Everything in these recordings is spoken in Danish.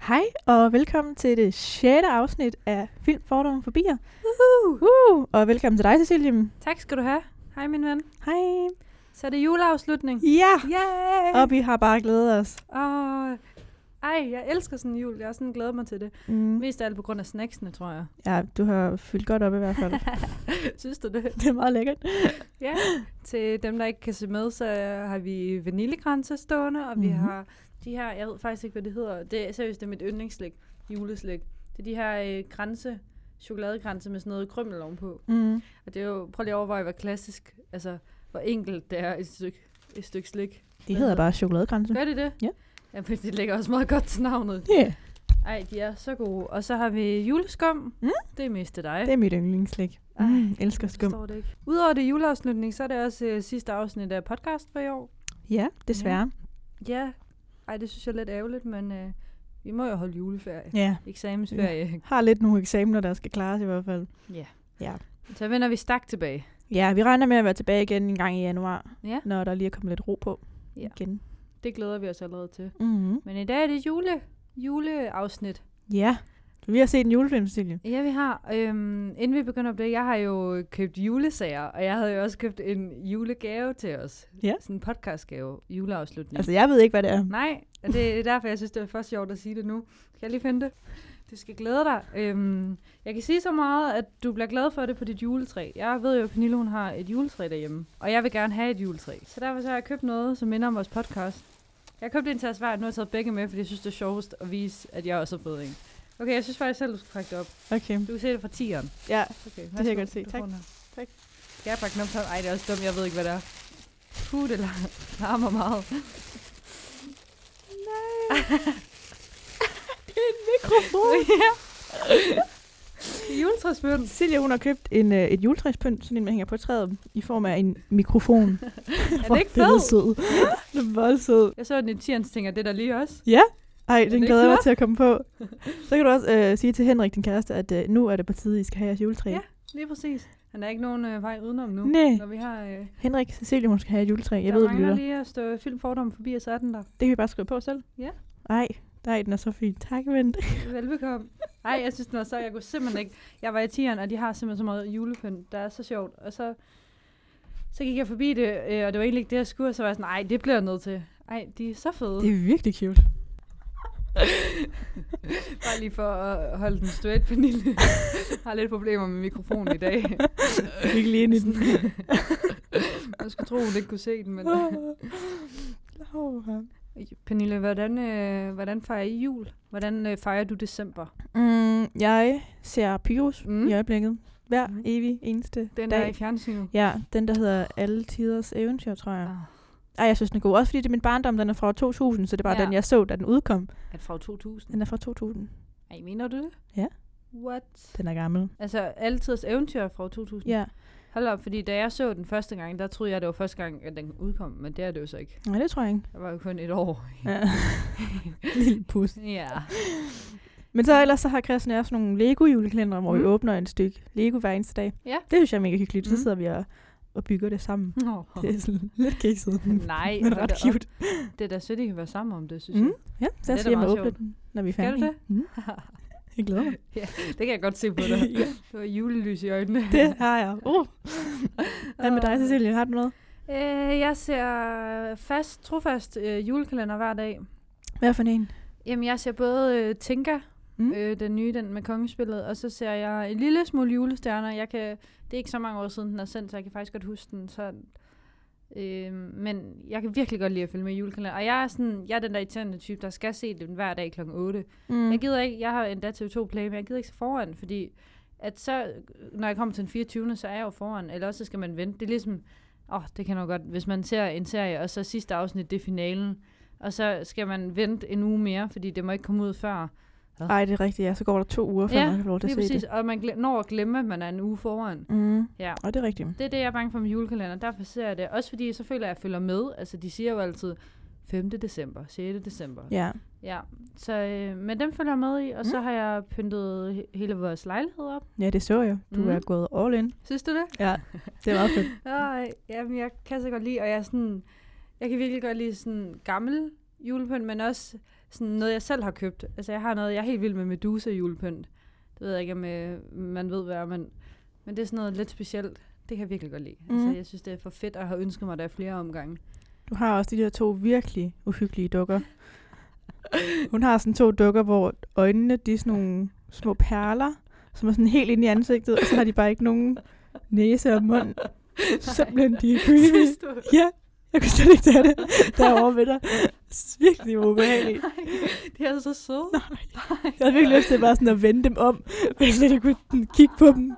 Hej og velkommen til det 6. afsnit af Film, Fordomme, Fobier. Og velkommen til dig, Cecilie. Tak skal du have. Hej min ven. Hej. Så er det juleafslutning. Ja, Yay! og vi har bare glædet os. Jeg elsker sådan en jul. Jeg har sådan glædet mig til det. Mest af alt på grund af snacksene, tror jeg. Ja, du har fyldt godt op i hvert fald. Synes du det? Det er meget lækkert. Ja. Til dem, der ikke kan se med, så har vi vaniljekranse stående, og vi har de her, jeg ved faktisk ikke, hvad det hedder. Det er seriøst, det er mit yndlingsslik, juleslik. Det er de her kranse, chokoladekranse med sådan noget krymmel ovenpå. Og det er jo, prøv lige at overveje, hvor klassisk, altså hvor enkelt det er et stykke slik. De hedder bare chokoladekranse. Gør det det? Ja. Ja, men det ligger også meget godt til navnet. Ja. Yeah. Ej, de er så gode. Og så har vi juleskum. Det er mest til dig. Det er mit yndlingsslik. Elsker skum. Det ikke. Udover det juleafslutning, så er det også sidste afsnit af podcast for i år. Ja, desværre. Ja. Ej, det synes jeg er lidt ærgerligt, men vi må jo holde juleferie. Ja. Eksamensferie. Vi har lidt nogle eksamener, der skal klares i hvert fald. Ja. Så vender vi stærkt tilbage. Ja, vi regner med at være tilbage igen en gang i januar, når der lige er kommet lidt ro på igen. Det glæder vi os allerede til. Men i dag er det juleafsnit. Ja, vi har set en julefilm, Cecilie. Ja, vi har. Inden vi begynder på det, jeg har jo købt julesager, og jeg havde jo også købt en julegave til os. Ja. Sådan en podcastgave, juleafslutning. Altså, jeg ved ikke, hvad det er. Nej, og det er derfor, jeg synes, det er først sjovt at sige det nu. Skal jeg lige finde det? Du skal glæde dig. Jeg kan sige så meget, at du bliver glad for det på dit juletræ. Jeg ved jo, at Pernille, hun har et juletræ derhjemme, og jeg vil gerne have et juletræ. Så derfor så har jeg købt noget, som minder om vores podcast. Jeg har købt en til at svare, nu har jeg taget begge med, fordi jeg synes, det er sjovest at vise, at jeg også har fået en. Okay, jeg synes faktisk selv, du skal pakke det op. Okay. Du kan se det fra 10'eren. Ja, okay, det kan jeg godt se. Tak. Skal jeg pakke den op? Ej, det er også dumt, jeg ved ikke, hvad det er. Det larmer meget. Nej. Det er en mikrofon. Ja. Juletræspynt. Silja, hun har købt et juletræspynt, sådan en, man hænger på træet, i form af en mikrofon. Er det ikke fedt? Sød. Det er meget sød. Jeg så den i 10'eren, tænker det der lige også. Ja. Ej, den glæder jeg mig til at komme på. Så kan du også sige til Henrik, din kæreste, at nu er det på tide, I skal have jeres juletræ. Ja, lige præcis. Han er ikke nogen vej udenom nu. Nej. Når vi har, Henrik, Cecilie, hun skal have et juletræ. Jeg ved, der mangler lige at stå Film, Fordomme, Fobi, og så er den der. Det kan vi bare skrive på selv. Ja. Ej, den er så fin. Tak, ven. Velbekomme. Ej, jeg synes, den var så. Jeg kunne simpelthen ikke. Jeg var i 10'eren, og de har simpelthen så meget julepynt. Der er så sjovt. Og så gik jeg forbi det, og det var egentlig ikke det, jeg skulle. Så var jeg sådan, ej, det bliver jeg nødt til. Ej, de er så fede. Det er virkelig cute. Bare lige for at holde den straight, Pernille. Har lidt problemer med mikrofonen i dag. Ikke lige ind i den. Jeg skulle tro, hun ikke kunne se den, men... Pernille, hvordan fejrer I jul? Hvordan fejrer du december? Jeg ser Pyrus i øjeblikket. Hver evig eneste den dag. Der i fjernsynet? Ja, den der hedder Alle Tiders Eventyr, tror jeg. Ej, jeg synes, den er god. Også fordi det er min barndom, den er fra 2000, så det er bare den, jeg så, da den udkom. Er det fra 2000? Den er fra 2000. Ej, mener du det? Ja. What? Den er gammel. Altså, Alle Tiders Eventyr fra 2000? Ja. Hold op, fordi da jeg så den første gang, der troede jeg, det var første gang, at den udkom, men det er det jo så ikke. Nej, det tror jeg ikke. Jeg var jo kun et år. Ja. Lille pus. Ja. Men så ellers så har Christian også nogle Lego-julekalendere, hvor vi åbner et stykke Lego hver eneste dag. Ja. Det synes jeg er mega hyggeligt. Så sidder vi og bygger det sammen. Det er sådan lidt kikset. Nej. Men ret cute. Det er da sødt, I kan være sammen om det, synes jeg. Ja, så jeg siger, at åbne den, når vi er færdige. Skal du det? Jeg glæder mig. Ja, det kan jeg godt se på dig. Ja. Du har julelys i øjnene. Det har jeg. Hvad med dig, Cecilie? Har du noget? Jeg ser trofast julekalender hver dag. Hvad for en? Jamen, jeg ser både Tinka, den nye, den med kongespillet, og så ser jeg en lille smule julestjerner. Det er ikke så mange år siden, den er sendt, så jeg kan faktisk godt huske den sådan. Men jeg kan virkelig godt lide at følge med i julekalender. Og jeg er den der irriterende type, der skal se den hver dag kl. 8. Jeg gider ikke, jeg har endda TV2 Play, men jeg gider ikke så foran, fordi at så, når jeg kommer til den 24. så er jeg jo foran, eller også så skal man vente. Det er ligesom, det kan jeg godt, hvis man ser en serie, og så sidste afsnit, det er finalen, og så skal man vente en uge mere, fordi det må ikke komme ud før. Ej, det er rigtigt, ja. Så går der 2 uger, før man kan få lov til at se præcis. det. Og man når at glemme, at man er en uge foran. Ja. Og det er rigtigt. Det er det, jeg er bange for med julekalender. Derfor ser jeg det. Også fordi så føler jeg følger med. Altså, de siger jo altid 5. december, 6. december. Ja. Så, men dem følger jeg med i. Og så har jeg pyntet hele vores lejlighed op. Ja, det så jeg. Du er gået all in. Synes du det? Ja, det er meget fedt. Jamen, jeg kan så godt lide, og jeg kan virkelig godt lide sådan gammel julepynt, men også sådan noget, jeg selv har købt. Altså, jeg har noget, jeg er helt vild med Medusa julepynt. Det ved jeg ikke, om man ved, hvad men det er sådan noget lidt specielt. Det kan jeg virkelig godt lide. Altså, jeg synes, det er for fedt, at have ønsket mig der flere omgange. Du har også de der 2 virkelig uhyggelige dukker. Hun har sådan 2 dukker, hvor øjnene, de er sådan nogle små perler, som er sådan helt inde i ansigtet, og så har de bare ikke nogen næse og mund. Simpelthen, de er creepy. Ja, jeg kunne slet ikke tage det derovre ved dig. Virkelig ubehageligt. De er så søde. Nej. Jeg havde virkelig lyst til bare sådan at vende dem om, hvis jeg slet ikke kunne kigge på dem.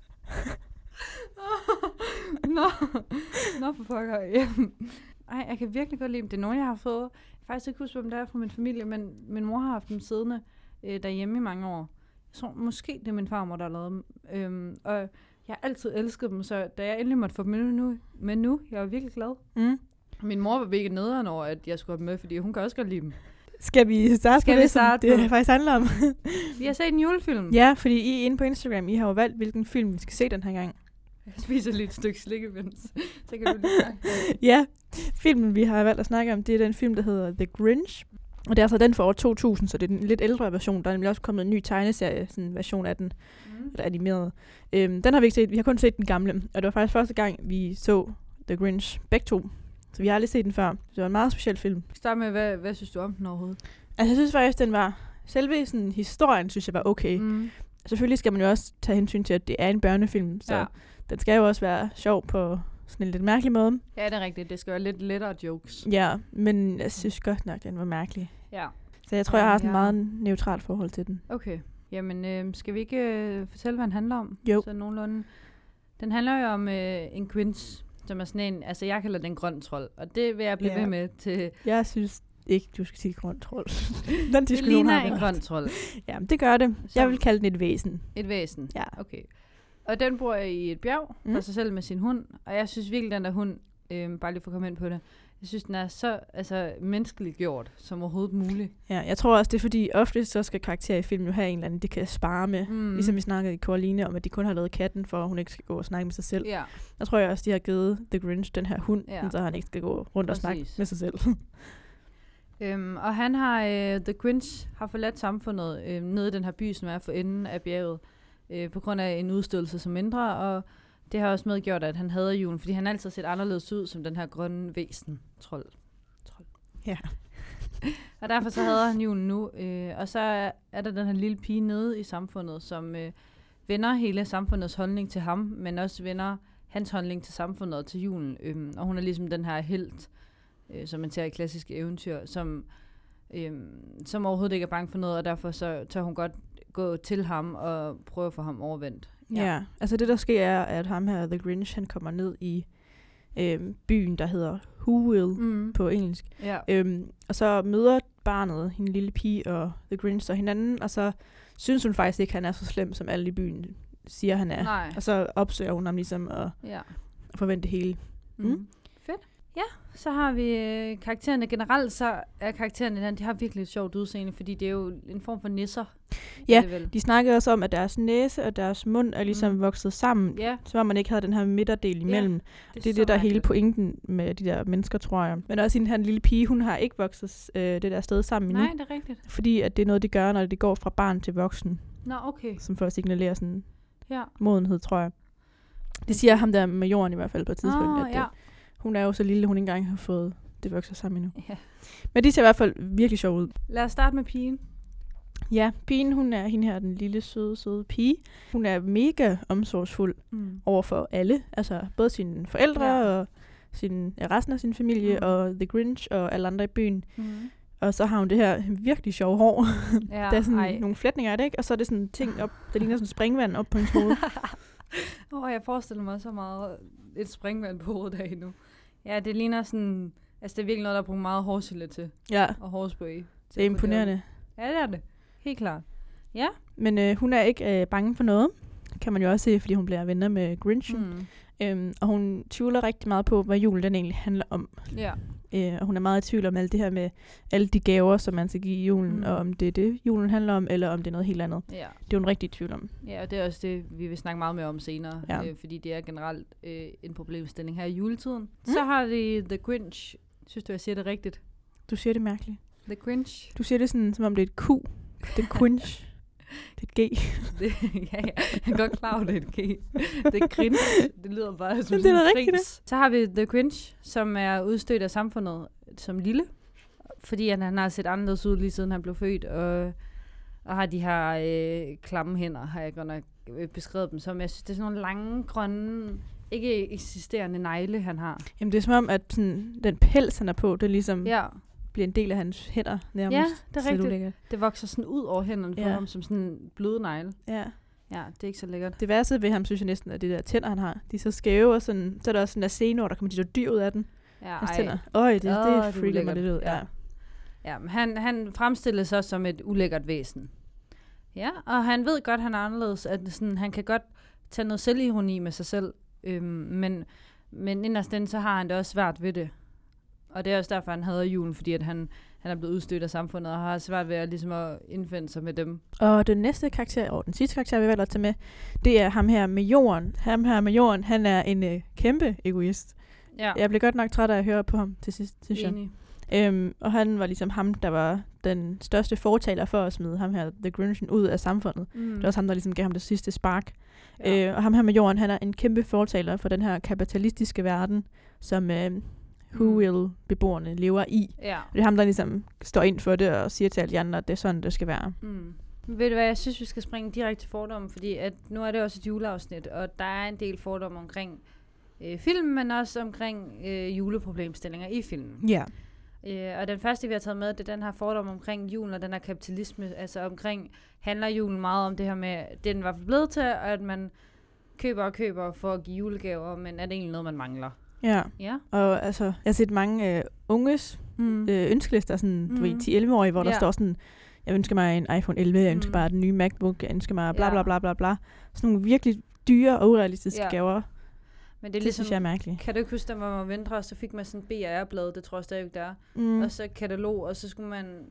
Nå for pokker. Ej, jeg kan virkelig godt lide dem. Det er nogen, jeg har fået. Jeg faktisk ikke huske, hvem det er fra min familie, men min mor har haft dem siddende derhjemme i mange år. Jeg tror, måske det er min farmor, der har lavet dem. Og jeg har altid elsket dem, så da jeg endelig måtte få dem med nu, jeg var virkelig glad. Min mor var virkelig nederen over, at jeg skulle have dem med, fordi hun kan også godt lide dem. Skal vi starte på det, som det faktisk handler om? Vi har set en julefilm. Ja, fordi I inde på Instagram, I har jo valgt, hvilken film vi skal se den her gang. Jeg spiser lige et stykke slik imens. Så kan du lige snakke. Ja, filmen vi har valgt at snakke om, det er den film, der hedder The Grinch. Og det er altså den fra år 2000, så det er den lidt ældre version. Der er nemlig også kommet en ny tegneserie, sådan en version af den, eller animeret. Den har vi ikke set, vi har kun set den gamle. Og det var faktisk første gang, vi så The Grinch begge to. Så vi har aldrig set den før. Det var en meget speciel film. Start med, hvad synes du om den overhovedet? Altså jeg synes faktisk, den var... Selve sådan, historien synes jeg var okay. Selvfølgelig skal man jo også tage hensyn til, at det er en børnefilm, så den skal jo også være sjov på sådan en lidt mærkelig måde. Ja, det er rigtigt. Det skal være lidt lettere jokes. Ja, men jeg synes godt nok, den var mærkelig. Ja. Så jeg tror, jeg har sådan et meget neutralt forhold til den. Okay. Jamen, skal vi ikke fortælle, hvad den handler om? Jo. Så nogenlunde. Den handler jo om en Grinch, som er sådan en... Altså, jeg kalder den grøn trold, og det vil jeg blive ved med til... Jeg synes ikke, du skal sige grøn trold. Det ligner en grøn trold. Ja, det gør det. Jeg vil kalde den et væsen. Et væsen? Ja. Okay. Og den bor i et bjerg for sig selv med sin hund, og jeg synes virkelig, den der hund, bare lige for at komme ind på det, jeg synes, den er så menneskeligt gjort som overhovedet muligt. Ja, jeg tror også, det er fordi, ofte så skal karakterer i film jo have en eller anden, de kan spare med. Ligesom vi snakkede i Coraline om, at de kun har lavet katten, for at hun ikke skal gå og snakke med sig selv. Ja. Jeg tror også, de har givet The Grinch den her hund, så han ikke skal gå rundt og snakke med sig selv. Og han har, The Grinch har forladt samfundet nede i den her by, som er for enden af bjerget, på grund af en udstødelse som mindre, og det har også medgjort, at han hader julen, fordi han altid har set anderledes ud som den her grønne væsen. Trold. Ja. Og derfor så hader han julen nu. Og så er der den her lille pige nede i samfundet, som vender hele samfundets holdning til ham, men også vender hans holdning til samfundet og til julen. Og hun er ligesom den her helt, som man ser i klassiske eventyr, som overhovedet ikke er bange for noget, og derfor så tør hun godt gå til ham og prøve at få ham overvendt. Ja, altså det der sker er, at ham her, The Grinch, han kommer ned i byen, der hedder Whoville på engelsk. Ja. Og så møder barnet, hende lille pige og The Grinch og hinanden, og så synes hun faktisk ikke, han er så slem, som alle i byen siger, han er. Nej. Og så opsøger hun ham ligesom at forvente det hele. Fedt. Ja, så har vi karaktererne generelt, så er karaktererne, de har virkelig et sjovt udseende, fordi det er jo en form for nisser. Ja, de snakkede også om, at deres næse og deres mund er ligesom vokset sammen, så man ikke havde den her midterdel imellem. Det er det, der er hele pointen med de der mennesker, tror jeg. Men også den her lille pige, hun har ikke vokset det der sted sammen endnu. Nej, det er rigtigt. Fordi at det er noget, de gør, når de går fra barn til voksen. Nå, okay. Som for at signalere sådan modenhed, tror jeg. Det siger ham der med jorden i hvert fald på et tidspunkt, at hun er jo så lille, hun ikke engang har fået det vokset sammen endnu. Ja. Men de ser i hvert fald virkelig sjov ud. Lad os starte med pigen. Ja, pigen, hun er hende her, den lille, søde pige. Hun er mega omsorgsfuld over for alle. Altså både sine forældre og resten af sin familie og The Grinch og alle andre i byen. Og så har hun det her virkelig sjove hår. Ja, der er sådan nogle flætninger af det, ikke? Og så er det sådan ting op, der ligner sådan springvand op på hendes hoved. Jeg forestiller mig så meget et springvand på hovedet af nu. Ja, det ligner sådan... Altså, det er virkelig noget, der er brugt meget hårgelé til. Ja. Og hårspray. Det er imponerende. Ja, det er det. Helt klart. Ja. Men hun er ikke bange for noget. Kan man jo også se, fordi hun bliver venner med Grinchen. Og hun tvivler rigtig meget på, hvad julen den egentlig handler om. Ja. Og hun er meget i tvivl om alt det her med alle de gaver, som man skal give i julen, og om det er det, julen handler om, eller om det er noget helt andet. Ja. Det er hun rigtig i tvivl om. Ja, og det er også det, vi vil snakke meget mere om senere, fordi det er generelt en problemstilling her i juletiden. Så har vi The Grinch. Synes du, jeg siger det rigtigt? Du siger det mærkeligt. The Grinch. Du siger det sådan, som om det er et Q. The Grinch. Det er et G. Ja, jeg er godt klar over, det er et G. Det er Grinch. Det lyder bare som det er en rigtigt, gris. Så har vi The Grinch, som er udstødt af samfundet som lille. Fordi han har set anderledes ud, lige siden han blev født. Og har de her klamme hænder, har jeg godt nok beskrevet dem som. Jeg synes, det er sådan nogle lange, grønne, ikke eksisterende negle, han har. Jamen, det er som om, at sådan, den pels, han er på, det ligesom bliver en del af hans hænder nærmest. Ja, det er rigtigt. Det vokser sådan ud over hænderne på ham, som sådan en bløde negle. Ja. Ja, det er ikke så lækkert. Det værste ved ham, synes jeg næsten, at det der tænder, han har. De er så skæve, og sådan, så er der også sådan der scene, hvor der kommer de så dyr ud af den. Ja, hans tænder. Det freaker mig lidt ud. Ja, men han fremstilles også som et ulækkert væsen. Ja, og han ved godt, han er anderledes. At sådan, han kan godt tage noget selvironi med sig selv. Men inderst den, så har han det også svært ved det. Og det er også derfor, han hader julen, fordi at han er blevet udstødt af samfundet, og har svært ved ligesom at indfinde sig med dem. Og den næste karakter, og den sidste karakter, vi valgte at tage med, det er ham her med jorden. Ham her med jorden, han er en kæmpe egoist. Ja. Jeg blev godt nok træt af at høre på ham til sidst, synes jeg. Og han var ligesom ham, der var den største fortaler for at smide ham her, The Grinchen, ud af samfundet. Det var også ham, der ligesom gav ham det sidste spark. Ja. Og ham her med jorden, han er en kæmpe fortaler for den her kapitalistiske verden, som Whoville-beboerne lever i. Ja. Og det er ham, der ligesom står ind for det og siger til alle de andre, at det er sådan, det skal være. Ved du hvad, jeg synes, vi skal springe direkte til fordomme, fordi at nu er det også et juleafsnit, og der er en del fordomme omkring filmen, men også omkring juleproblemstillinger i filmen. Ja. Og den første, vi har taget med, det er den her fordom omkring julen og den her kapitalisme. Altså omkring, handler julen meget om det her med, det den var blevet til, at man køber for at give julegaver, men er det egentlig noget, man mangler? Ja. Og altså, jeg har set mange unges ønskelister, sådan, du ved, 10-11-årige, hvor der står sådan, jeg ønsker mig en iPhone 11, jeg ønsker bare den nye MacBook, jeg ønsker mig bla bla bla bla bla. Sådan nogle virkelig dyre og urealistiske gaver. Men det ligesom, synes jeg er mærkeligt. Kan du ikke huske, da man var mindre, og så fik man sådan en BR-blad, det tror jeg stadig der er. Og så katalog, og så skulle man,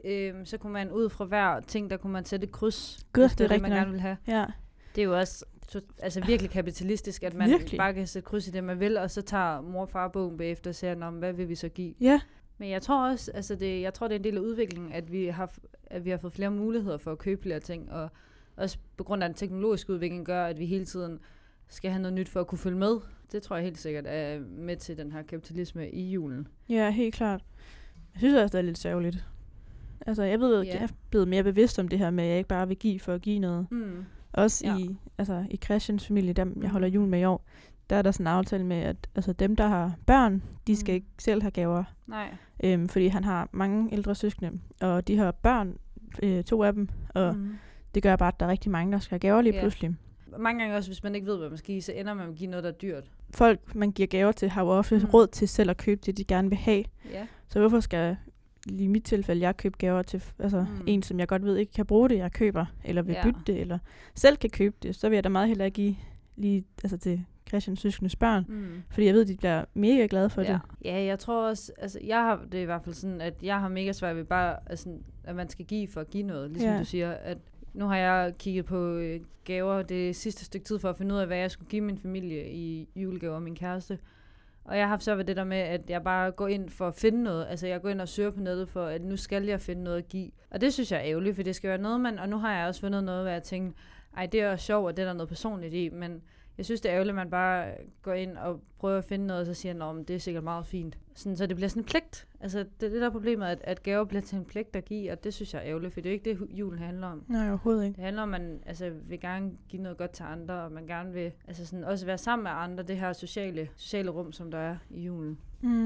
så kunne man ud fra hver ting, der kunne man sætte et kryds. Gud, det er rigtigt man gerne vil have. Ja. Det er jo også virkelig kapitalistisk, at man bare kan sætte kryds i det, man vil, og så tager mor og far bogen bagefter og siger, hvad vil vi så give? Ja. Men jeg tror også, jeg tror, det er en del af udviklingen, at vi har fået flere muligheder for at købe flere ting, og også på grund af den teknologiske udvikling gør, at vi hele tiden skal have noget nyt for at kunne følge med. Det tror jeg helt sikkert er med til den her kapitalisme i julen. Ja, helt klart. Jeg synes også, det er lidt sørgeligt. Altså, jeg ved, at jeg er blevet mere bevidst om det her med, at jeg ikke bare vil give for at give noget. Også i Christians familie, dem jeg holder jul med i år, der er der sådan en aftale med, at dem, der har børn, de skal ikke selv have gaver. Nej. Fordi han har mange ældre søskende, og de har børn, 2 af dem, og det gør bare, at der er rigtig mange, der skal have gaver lige pludselig. Mange gange også, hvis man ikke ved, hvad man skal give, så ender man med at give noget, der er dyrt. Folk, man giver gaver til, har jo ofte råd til selv at købe det, de gerne vil have. Ja. Så hvorfor skal, i mit tilfælde, jeg købe gaver til en, som jeg godt ved ikke kan bruge det, jeg køber, eller vil bytte det, eller selv kan købe det, så vil jeg da meget hellere give lige til Christians søskendes børn, fordi jeg ved, de bliver mega glade for det. Ja, jeg tror også, jeg har det i hvert fald sådan, at jeg har mega svært ved bare, at man skal give for at give noget, ligesom du siger, at nu har jeg kigget på gaver det sidste stykke tid for at finde ud af, hvad jeg skulle give min familie i julegaver og min kæreste. Og jeg har haft så ved det der med, at jeg bare går ind for at finde noget. Altså jeg går ind og søger på nettet for, at nu skal jeg finde noget at give. Og det synes jeg er ærgerligt, for det skal være noget, og nu har jeg også fundet noget, hvor jeg tænker, det er også sjovt, og det er der noget personligt i, men jeg synes, det er ærgerligt, at man bare går ind og prøver at finde noget, og så siger, at det er sikkert meget fint. Sådan, så det bliver sådan en pligt. Altså, det er det der problemet, at gaver bliver til en pligt at give, og det synes jeg er ærgerligt, for det er ikke det, julen handler om. Nej, overhovedet ikke. Det handler om, at man vil gerne give noget godt til andre, og man gerne vil også være sammen med andre, det her sociale rum, som der er i julen.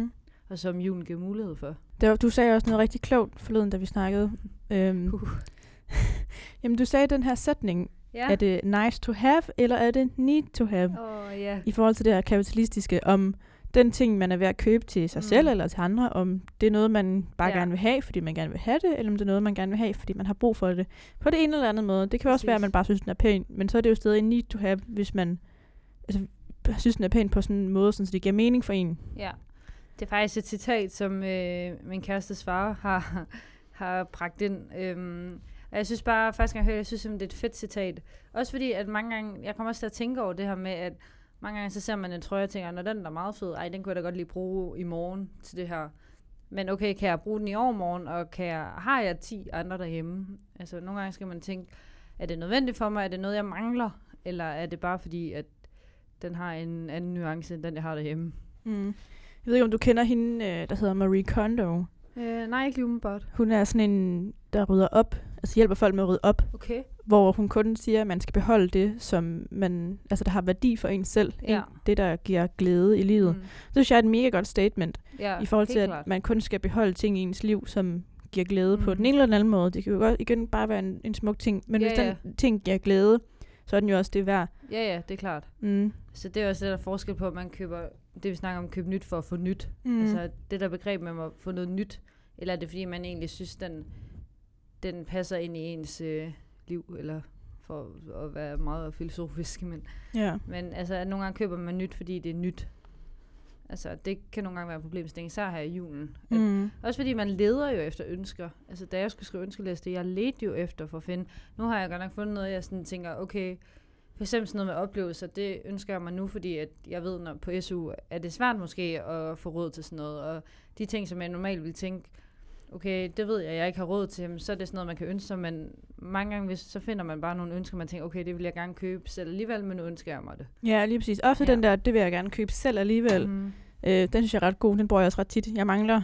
Og som julen giver mulighed for. Du sagde også noget rigtig klogt forleden, da vi snakkede. Jamen, du sagde den her sætning, er det nice to have, eller er det need to have? I forhold til det her kapitalistiske, om den ting, man er ved at købe til sig selv eller til andre, om det er noget, man bare gerne vil have, fordi man gerne vil have det, eller om det er noget, man gerne vil have, fordi man har brug for det. På det ene eller andet måde. Det kan også være, at man bare synes, den er pæn, men så er det jo stadig need to have, hvis man synes, den er pæn på sådan en måde, så det giver mening for en. Ja, det er faktisk et citat, som min kærestes far har bragt ind. Og jeg synes bare, første gang jeg hørte, jeg synes det er et fedt citat. Også fordi, at mange gange, jeg kommer også til at tænke over det her med, at mange gange så ser man en trøje og tænker, når den er meget fed, den kunne jeg da godt lige bruge i morgen til det her. Men okay, kan jeg bruge den i overmorgen, og har jeg 10 andre derhjemme? Altså nogle gange skal man tænke, er det nødvendigt for mig? Er det noget, jeg mangler? Eller er det bare fordi, at den har en anden nuance, end den, jeg har derhjemme? Jeg ved ikke, om du kender hende, der hedder Marie Kondo. Nej, ikke lige umiddelbart. Hun er sådan en, der rydder op, altså hjælper folk med at rydde op. Okay. Hvor hun kun siger, at man skal beholde det, som man, altså der har værdi for en selv. Ja. Det, der giver glæde i livet. Det synes jeg er et mega godt statement. Ja, i forhold til, at man kun skal beholde ting i ens liv, som giver glæde på den ene eller den anden måde. Det kan jo godt igen bare være en smuk ting. Men hvis den ting giver glæde, så er den jo også det værd. Ja, det er klart. Så det er også det, der er forskel på, at man køber, det vi snakker om, at købe nyt for at få nyt. Altså det der begreb med at få noget nyt, eller er det fordi, man egentlig synes, den passer ind i ens liv, eller for at være meget filosofisk. Men altså, at nogle gange køber man nyt, fordi det er nyt. Altså, det kan nogle gange være et problemstilling, især her i julen. Også fordi man leder jo efter ønsker. Altså, da jeg skulle skrive ønskeliste, jeg ledte jo efter for at finde. Nu har jeg godt nok fundet noget, jeg sådan tænker, okay, for eksempel sådan noget med oplevelser, det ønsker jeg mig nu, fordi at jeg ved, når på SU er det svært måske at få råd til sådan noget. Og de ting, som jeg normalt ville tænke, okay, det ved jeg ikke har råd til, så er det sådan noget, man kan ønske sig, men mange gange, så finder man bare nogle ønsker, man tænker, okay, det vil jeg gerne købe selv alligevel, men nu ønsker jeg mig det. Ja, lige præcis. Også den der, det vil jeg gerne købe selv alligevel. Den synes jeg er ret god, den bruger jeg også ret tit. Jeg mangler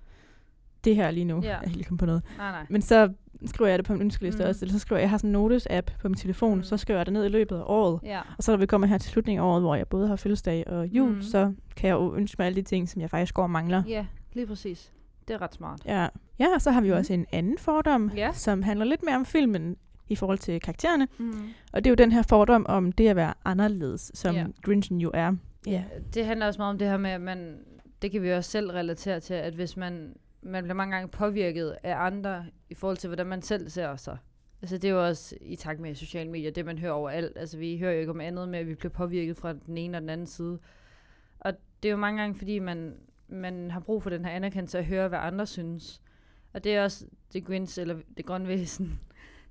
det her lige nu. Jeg kan lige komme på noget. Nej. Men så skriver jeg det på min ønskeliste også, eller så skriver jeg har sådan en notice-app på min telefon, så skriver jeg det ned i løbet af året. Og så når vi kommer her til slutningen af året, hvor jeg både har fødselsdag og jul, så kan jeg jo ønske mig alle de ting, som jeg faktisk går og mangler. Ja, lige præcis. Det er ret smart. Ja, og så har vi jo også en anden fordom, som handler lidt mere om filmen i forhold til karaktererne. Og det er jo den her fordom om det at være anderledes, som Grinchen jo er. Ja, det handler også meget om det her med, at det kan vi også selv relatere til, at hvis man bliver mange gange påvirket af andre i forhold til, hvordan man selv ser sig. Altså det er jo også i takt med sociale medier, det man hører overalt. Altså vi hører jo ikke om andet med, at vi bliver påvirket fra den ene og den anden side. Og det er jo mange gange, fordi man har brug for den her anerkendelse at høre, hvad andre synes. Og det er også det Grinch, eller det grønne væsen,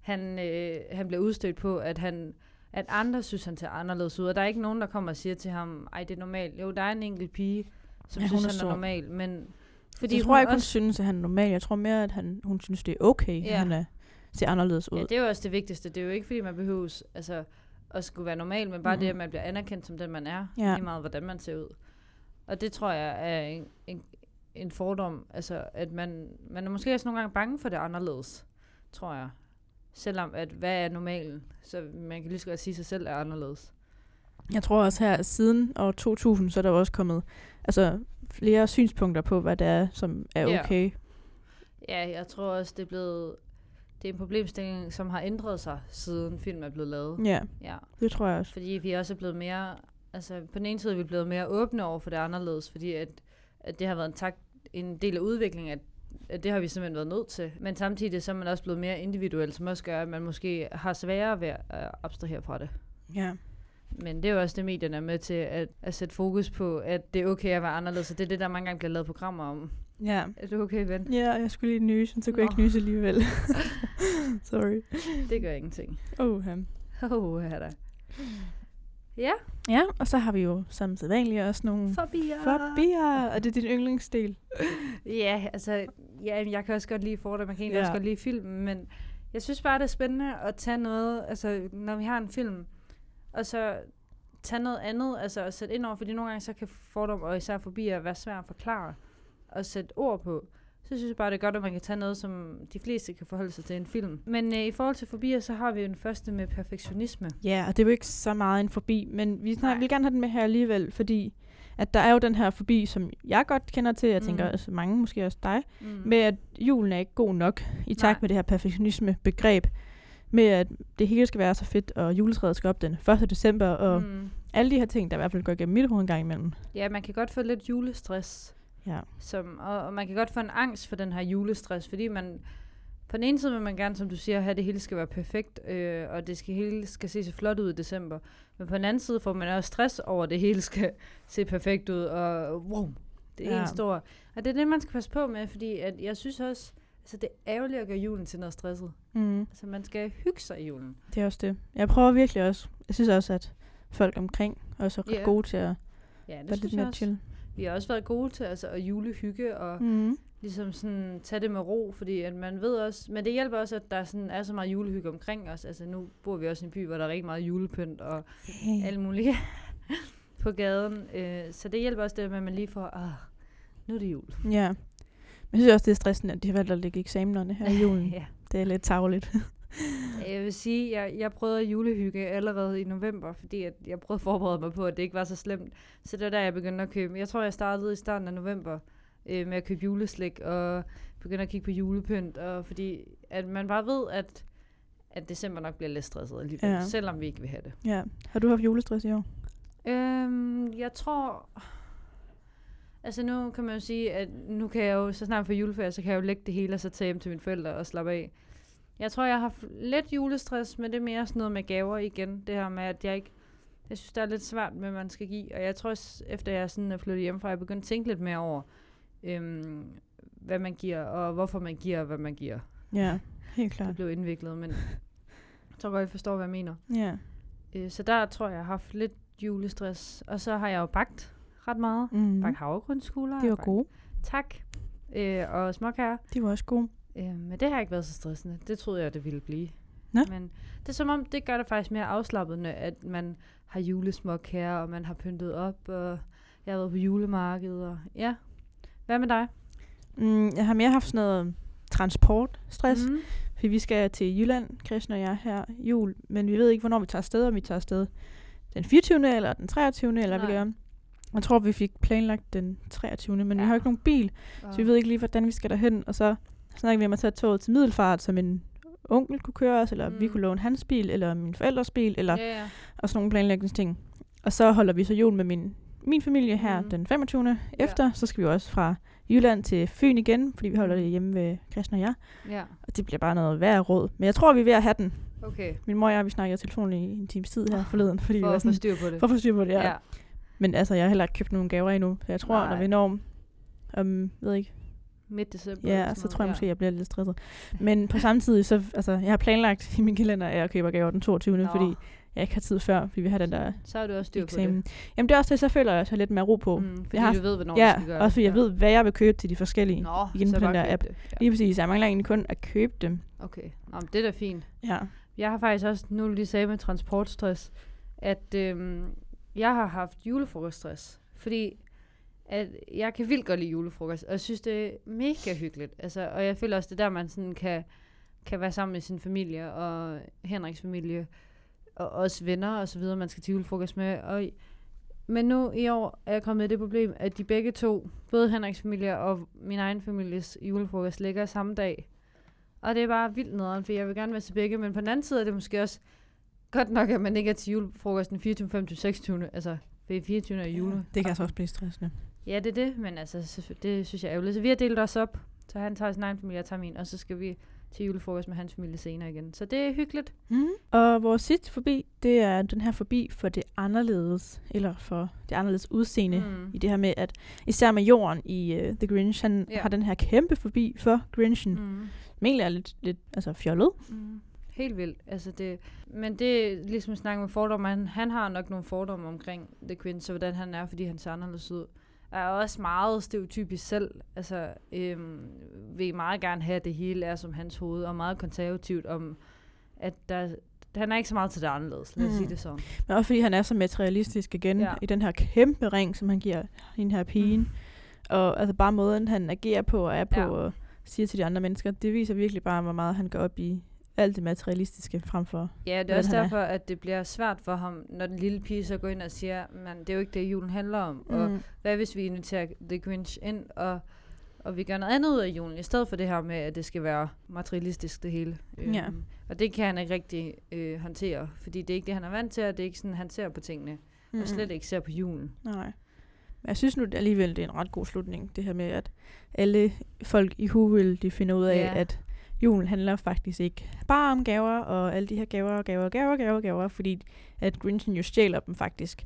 han bliver udstødt på, at andre synes, han ser anderledes ud. Og der er ikke nogen, der kommer og siger til ham, ej, det er normalt. Jo, der er en enkelt pige, som synes, han er normal. Men fordi jeg tror ikke, hun synes, at han er normal. Jeg tror mere, at hun synes, det er okay, at han ser anderledes ud. Ja, det er jo også det vigtigste. Det er jo ikke, fordi man behøver at skulle være normal, men bare det, at man bliver anerkendt som den, man er. Lige meget, hvordan man ser ud. Og det tror jeg er en fordom. Altså, at man er måske også nogle gange bange for det anderledes, tror jeg. Selvom, at hvad er normalen? Så man kan lige så godt sige, at sig selv er anderledes. Jeg tror også her, siden år 2000, så er der også kommet flere synspunkter på, hvad det er, som er okay. Ja, jeg tror også, det er en problemstilling, som har ændret sig, siden film er blevet lavet. Ja, det tror jeg også. Fordi vi også er blevet mere, på den ene side er vi blevet mere åbne over for det anderledes, fordi at det har været en del af udviklingen, at det har vi simpelthen været nødt til. Men samtidig så er man også blevet mere individuel, som også gør, at man måske har sværere ved at abstrahere fra det. Ja. Men det er jo også det, medierne er med til at sætte fokus på, at det er okay at være anderledes, og det er det, der mange gange bliver lavet programmer om. Ja. Er du okay, ven? Ja, jeg skulle lige nyse, så kunne jeg ikke nyse alligevel. Sorry. Det gør ingenting. Her da. Ja. Ja, og så har vi jo som sædvanligt også nogle fobier. Og det er din yndlingsdel. Jeg kan også godt lide fordomme, man kan egentlig også godt lide filmen, men jeg synes bare, det er spændende at tage noget, når vi har en film, og så tage noget andet, og sætte ind over, fordi nogle gange så kan fordomme, og især fobier, være svært at forklare, og sætte ord på. Så synes jeg bare, det er godt, at man kan tage noget, som de fleste kan forholde sig til en film. Men i forhold til fobier, så har vi jo den første med perfektionisme. Ja, og det er jo ikke så meget en fobi, men vi vil gerne have den med her alligevel, fordi at der er jo den her fobi, som jeg godt kender til, jeg tænker mange, måske også dig, med at julen er ikke god nok i takt med det her perfektionisme-begreb, med at det hele skal være så fedt, og juletræet skal op den 1. december, og alle de her ting, der i hvert fald går igennem mit hoved en gang imellem. Ja, man kan godt få lidt julestress. Ja. Og man kan godt få en angst for den her julestress, fordi man på den ene side vil man gerne, som du siger, have det hele skal være perfekt, og det hele skal se så flot ud i december. Men på den anden side får man også stress over, at det hele skal se perfekt ud, og wow, det er en stor. Og det er det, man skal passe på med, fordi at jeg synes også, det er ærgerligt at gøre julen til noget stresset. Man skal hygge sig i julen. Det er også det. Jeg prøver virkelig også. Jeg synes også, at folk omkring også er ret gode til at være lidt mere chill. Vi har også været gode til at julehygge, og ligesom sådan tage det med ro, fordi at man ved også, men det hjælper også, at der sådan er så meget julehygge omkring os. Altså nu bor vi også i en by, hvor der er rigtig meget julepynt og alt muligt på gaden. Så det hjælper også det med, at man lige får, nu er det jul. Ja. Men jeg synes også, det er stressende, at de har valgt at lægge eksamenerne her i julen. Ja. Det er lidt tarveligt. Jeg vil sige, jeg prøvede julehygge allerede i november, fordi at jeg prøvede at forberede mig på, at det ikke var så slemt. Så det var der, jeg begyndte at købe. Jeg tror, jeg startede i starten af november med at købe juleslik og begyndte at kigge på julepynt. Og fordi at man bare ved, at december nok bliver lidt stresset alligevel, selvom vi ikke vil have det. Ja. Har du haft julestress i år? Jeg tror... Altså nu kan man jo sige, at nu kan jeg jo, så snart for juleferie, så kan jeg jo lægge det hele og så tage hjem til mine forældre og slappe af. Jeg tror, jeg har haft lidt julestress, men det er mere sådan noget med gaver igen. Det her med, at jeg synes, det er lidt svært med, hvad man skal give. Og jeg tror også, efter jeg sådan er flyttet hjemmefra, jeg begyndte at tænke lidt mere over, hvad man giver, og hvorfor man giver, hvad man giver. Ja, helt klart. Det blev indviklet, men jeg tror godt, I forstår, hvad jeg mener. Ja. Så der tror jeg har haft lidt julestress. Og så har jeg jo bagt ret meget. Bagt havregrynskugler. Det var gode. Tak. Og småkager. De var også gode. Men det har ikke været så stressende. Det troede jeg, det ville blive. Nå? Men det er som om, det gør det faktisk mere afslappende, at man har julesmåkager, og man har pyntet op, og jeg har været på julemarkedet. Og ja. Hvad med dig? Jeg har mere haft sådan noget transportstress, fordi vi skal til Jylland, Christian og jeg, her jul, men vi ved ikke, hvornår vi tager afsted, om vi tager afsted den 24. eller den 23. eller hvad vi gør. Jeg tror, vi fik planlagt den 23. Men vi har jo ikke nogen bil, så vi ved ikke lige, hvordan vi skal derhen. Og så snakker vi om at tage toget til Middelfart, så min onkel kunne køre os, eller vi kunne låne hans bil, eller min forældres bil, eller og sådan nogle planlægningsting. Og så holder vi så jul med min familie her den 25. efter. Så skal vi også fra Jylland til Fyn igen, fordi vi holder det hjemme ved Christian og jeg. Ja. Og det bliver bare noget værd råd. Men jeg tror, vi er ved at have den. Okay. Min mor og jeg, vi snakkede i telefonen i en times tid her forleden. Fordi for vi var sådan, at få styr på det. For at få styr på det, ja. Men altså, jeg har heller ikke købt nogen gaver endnu. Så jeg tror, når vi når ved ikke. Midt december. Ja, så tror jeg måske, jeg bliver lidt stresset. Men på samme tid, så jeg har planlagt i min kalender, at jeg køber gaver den 22. Fordi jeg ikke har tid før, fordi vi har den der så er du også styr eksamen. På det. Jamen det er også det, så føler jeg også lidt mere ro på. Fordi du ved, hvornår du skal gøre det. Også fordi jeg ved, hvad jeg vil købe til de forskellige. Nå, igen på den der app. Det. Ja. Lige præcis, jeg mangler egentlig kun at købe dem. Okay, men det er da fint. Ja. Jeg har faktisk også, nu lige sagde med transportstress, at jeg har haft julefrokoststress. Fordi at jeg kan vildt godt lide julefrokost, og jeg synes, det er mega hyggeligt. Altså, og jeg føler også, det der, man sådan kan være sammen med sin familie, og Henriks familie, og også venner og så videre, man skal til julefrokost med. Men nu i år er jeg kommet med det problem, at de begge to, både Henriks familie og min egen families julefrokost, ligger samme dag. Og det er bare vildt nederen, for jeg vil gerne være til begge, men på den anden side er det måske også godt nok, at man ikke er til julefrokosten 24, 25, 26. Altså, ved 24. af jule. Det kan altså også blive stressende. Ja, det er det, men altså, det synes jeg er ærgerligt. Så vi har delt os op, så han tager sin egen familie, og tager min, og så skal vi til julefrokost med hans familie senere igen. Så det er hyggeligt. Og vores sidste forbi, det er den her forbi for det anderledes, eller for det anderledes udseende i det her med, at især med jorden i The Grinch, han har den her kæmpe forbi for Grinchen. Som egentlig er lidt altså fjollet. Helt vildt. Altså men det er ligesom at snakke med fordomme. Han har nok nogle fordomme omkring The Grinch, så hvordan han er, fordi han ser anderledes ud. Er også meget stereotypisk selv. Altså, vil meget gerne have, at det hele er som hans hoved, og meget konservativt om, at han er ikke så meget til det anderledes. Lad os sige det sådan. Men også fordi han er så materialistisk igen, i den her kæmpe ring, som han giver den her pigen. Og altså bare måden, han agerer på og er på, og siger til de andre mennesker, det viser virkelig bare, hvor meget han går op i alt det materialistiske fremfor. Ja, det er også derfor, at det bliver svært for ham, når den lille pige så går ind og siger, men det er jo ikke det, julen handler om. Og hvad hvis vi inviterer The Grinch ind, og vi gør noget andet ud af julen, i stedet for det her med, at det skal være materialistisk det hele. Og det kan han ikke rigtig håndtere, fordi det er ikke det, han er vant til, og det er ikke sådan, han ser på tingene. Og slet ikke ser på julen. Nej. Men jeg synes nu alligevel, det er en ret god slutning, det her med, at alle folk i Whoville, de finder ud af, at julen handler faktisk ikke bare om gaver, og alle de her gaver, fordi at Grinchen jo stjæler dem faktisk.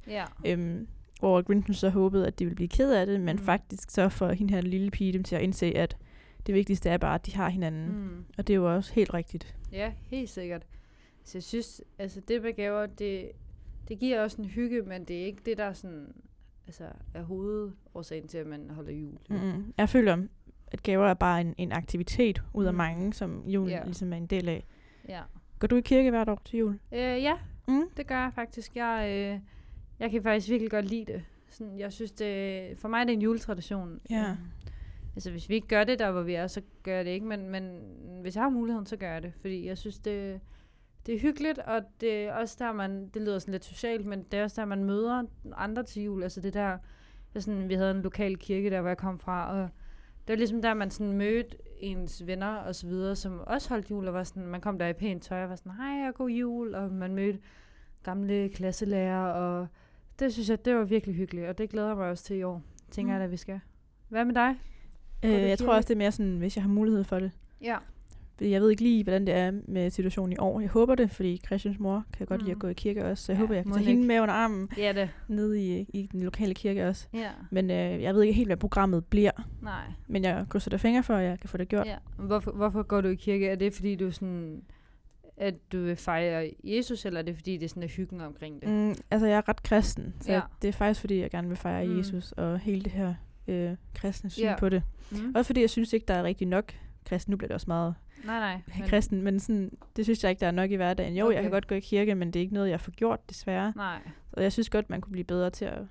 Hvor Grinchen så håbede, at de ville blive ked af det, men faktisk så får hende her lille pige dem til at indse, at det vigtigste er bare, at de har hinanden. Og det er jo også helt rigtigt. Ja, helt sikkert. Så jeg synes, altså det med gaver, det giver også en hygge, men det er ikke det, der sådan, altså, er hovedårsagen til, at man holder jul. Jeg føler, at gaver er bare en aktivitet ud af mange, som julen ligesom er en del af. Ja. Går du i kirke hvert år til jul? Ja, det gør jeg faktisk. Jeg kan faktisk virkelig godt lide det. Sådan, jeg synes, for mig er det en juletradition. Ja. Altså, hvis vi ikke gør det der, hvor vi er, så gør jeg det ikke. Men hvis jeg har muligheden, så gør jeg det. Fordi jeg synes, det er hyggeligt, og det er også der, det lyder sådan lidt socialt, men det er også der, man møder andre til jul. Altså det der, sådan, vi havde en lokal kirke der, hvor jeg kom fra, og det var ligesom der, man sådan mødte ens venner og så videre, som også holdt jul, og var sådan, man kom der i pænt tøj, og var sådan, hej, god jul, og man mødte gamle klasselærer, og det synes jeg, det var virkelig hyggeligt, og det glæder mig også til i år. Tænker jeg, at vi skal. Hvad med dig? Jeg tror også, det er mere sådan, hvis jeg har mulighed for det. Ja. Jeg ved ikke lige, hvordan det er med situationen i år. Jeg håber det, fordi Christians mor kan godt lide at gå i kirke også, så jeg håber, jeg kan tage hende med under armen nede i den lokale kirke også. Ja. Men jeg ved ikke helt, hvad programmet bliver. Nej. Men jeg krydser da fingre for, at jeg kan få det gjort. Ja. Hvorfor går du i kirke? Er det, fordi du sådan, at du vil fejre Jesus, eller er det, fordi det er sådan hyggen omkring det? Altså, jeg er ret kristen, så det er faktisk, fordi jeg gerne vil fejre Jesus og hele det her kristne syn på det. Også fordi jeg synes ikke, der er rigtig nok kristen. Nu bliver det også meget kristen, men sådan, det synes jeg ikke, der er nok i hverdagen. Jo, jeg kan godt gå i kirke, men det er ikke noget, jeg får gjort, desværre. Nej. Og jeg synes godt, man kunne blive bedre til at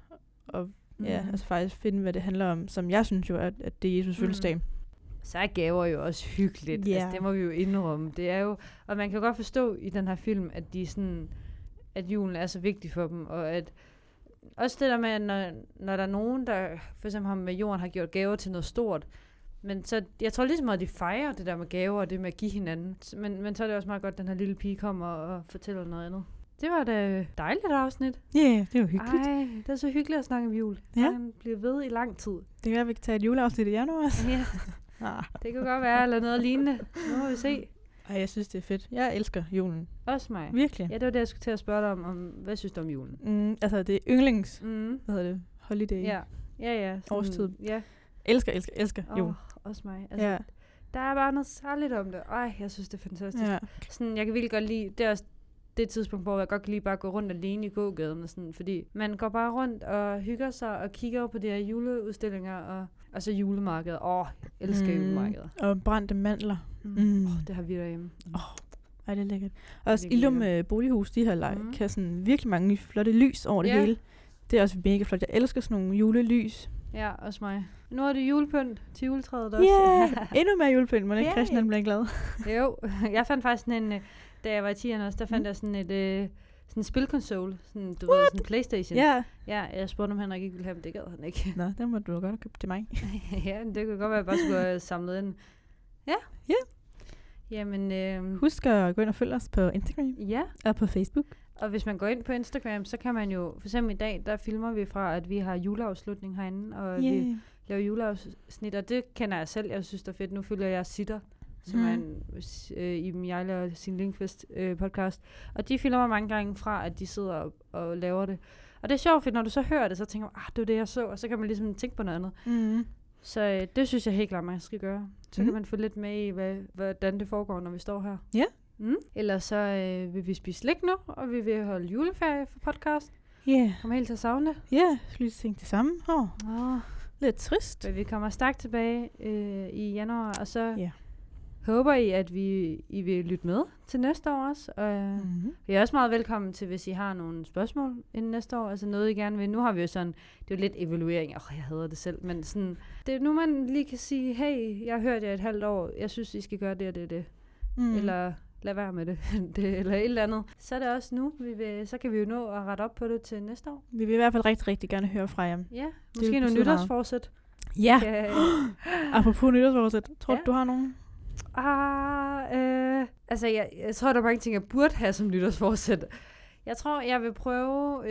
altså faktisk finde, hvad det handler om, som jeg synes jo, at det er Jesus fødselsdag. Så er gaver jo også hyggeligt. Altså, det må vi jo indrømme. Det er jo, og man kan godt forstå i den her film, at de sådan, at julen er så vigtig for dem, og at også det der med, at når der er nogen, der for eksempel ham med jorden har gjort gaver til noget stort, men så, jeg tror ligesom, at de fejrer det der med gaver, og det med at give hinanden. Men så er det også meget godt, at den her lille pige kommer og fortæller noget andet. Det var da dejligt afsnit. Ja, det var hyggeligt. Ej, det er så hyggeligt at snakke om jul. Man bliver ved i lang tid. Det kan være, at vi kan tage et juleafsnit i januar også. Ja, det kan godt være, eller noget lignende. Nu må vi se. Ej, jeg synes, det er fedt. Jeg elsker julen. Også mig. Virkelig. Ja, det var det, jeg skulle til at spørge dig om hvad synes du om julen? Altså, det er yndlings. Hvad hedder det? Holiday. Ja. Sådan, årstid. Ja. Elsker jul. Også mig. Altså, der er bare noget særligt om det. Ej, jeg synes, det er fantastisk. Ja. Sådan, jeg kan virkelig godt lide, det er også det tidspunkt, hvor jeg godt kan lide bare at gå rundt alene i gågaden, og sådan, fordi man går bare rundt og hygger sig og kigger på de her juleudstillinger, og så julemarkedet. Jeg elsker julemarkedet. Og brændte mandler. Det har vi derhjemme. Ej, det er lækkert. Og også Illum Bolighus, de her kan sådan virkelig mange flotte lys over det hele. Det er også mega flot. Jeg elsker sådan nogle julelys. Ja, også mig. Nu er det julepynt til juletræet også. Endnu mere julepynt. Må ikke Christian blive glad? Jo, jeg fandt faktisk sådan da jeg var i 10'erne også, der fandt jeg sådan sådan en spilkonsole. Sådan, du ved, sådan en Playstation. Ja, jeg spurgte, om Henrik ikke ville have dem. Det gad han ikke. Nå, den må du godt have købt til mig. Ja, det kunne godt være, at jeg bare skulle have samlet ind. Ja. Jamen, husk at gå ind og følge os på Instagram. Ja. Og på Facebook. Og hvis man går ind på Instagram, så kan man jo, for eksempel i dag, der filmer vi fra, at vi har juleafslutning herinde, og vi laver juleafsnit, og det kender jeg selv. Jeg synes, det er fedt. Nu følger jeg Sitter, som er en Iben Jejle og Signe Lindqvist podcast. Og de filmer mange gange fra, at de sidder og laver det. Og det er sjovt, for når du så hører det, så tænker man, det var det, jeg så, og så kan man ligesom tænke på noget andet. Så det synes jeg helt klart, man skal gøre. Så kan man få lidt med i, hvordan det foregår, når vi står her. Ja. Ellers så vil vi spise slik nu, og vi vil holde juleferie for podcast. Kommer helt til at savne det. Jeg skulle tænke det samme. Lidt trist. Men vi kommer stærkt tilbage i januar, og så håber I, at I vil lytte med til næste år også. Og I er også meget velkommen til, hvis I har nogle spørgsmål inden næste år. Altså noget, I gerne vil. Nu har vi jo sådan, det er jo lidt evaluering. Jeg hader det selv, men sådan, det er nu, man lige kan sige, hey, jeg har hørt jer et halvt år. Jeg synes, I skal gøre det og det og det. Eller lad være med det, eller et eller andet. Så er det også nu, så kan vi jo nå at rette op på det til næste år. Vi vil i hvert fald rigtig, rigtig gerne høre fra jer. Ja, måske nogle nytårsforsæt. Ja, apropos nytårsforsæt. Tror du har nogen? Altså, jeg tror, der er mange ting, jeg burde have som nytårsforsæt. Jeg tror, jeg vil prøve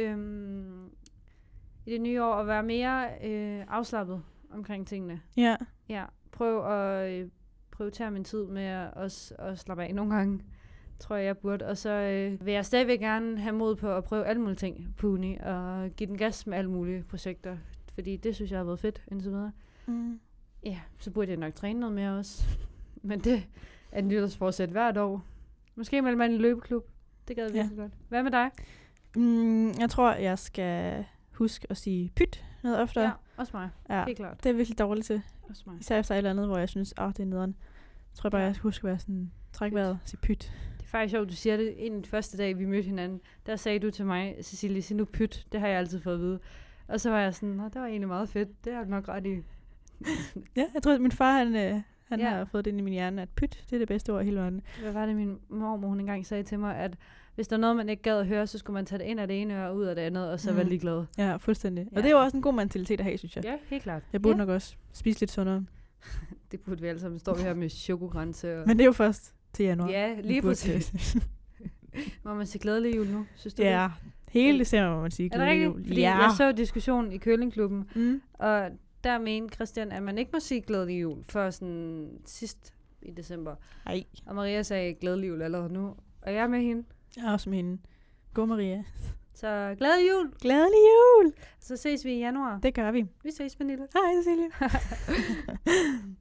i det nye år at være mere afslappet omkring tingene. Ja. Ja, prøv at prioritere min tid med at slappe af nogle gange, tror jeg burde. Og så vil jeg stadigvæk gerne have mod på at prøve alle mulige ting på uni, og give den gas med alle mulige projekter, fordi det synes jeg har været fedt indtil videre. Ja, så burde jeg nok træne noget mere også. Men det er et nytårsforsæt hvert år. Måske melde mig i en løbeklub. Det gad jeg virkelig godt. Hvad med dig? Jeg tror, jeg skal huske at sige pyt noget oftere. Ja, også mig. Ja, Helt klart. det er virkelig dårligt til. Også mig. Især efter et eller andet, hvor jeg synes, det er nederen. Jeg tror bare, jeg skal huske at være sådan, træk vejret, sige pyt. Det er faktisk sjovt, du siger det. En af de første dag, vi mødte hinanden, der sagde du til mig, Cecilie, sig nu pyt. Det har jeg altid fået at vide. Og så var jeg sådan, det var egentlig meget fedt. Det har du nok ret i. Ja, jeg tror, at min far, han har fået det ind i min hjerne, at pyt, det er det bedste ord i hele verden. Hvad var det, min mormor hun engang sagde til mig, at hvis der er noget, man ikke gad at høre, så skulle man tage det ind af det ene øre og ud af det andet, og så være ligeglad. Ja, fuldstændig. Ja. Og det er jo også en god mentalitet at have, synes jeg. Ja, helt klart. Jeg burde nok også spise lidt sundere. Det burde vi alle sammen. Står vi her med chokokranse. Og... Men det er jo først til januar. Ja, lige præcis. Må man sige glædelig jul nu, synes du? Ja, hele december må man sige glædelig jul. Fordi jeg så diskussionen i Curlingklubben, og der mente Christian, at man ikke må sige glædelig jul før sådan sidst i december. Ej. Og Maria sagde glædelig jul allerede nu. Og jeg er med hende. Jeg er også med hende. God Maria. Så glædelig jul. Glædelig jul. Så ses vi i januar. Det gør vi. Vi ses, Pernille. Hej, Cecilie.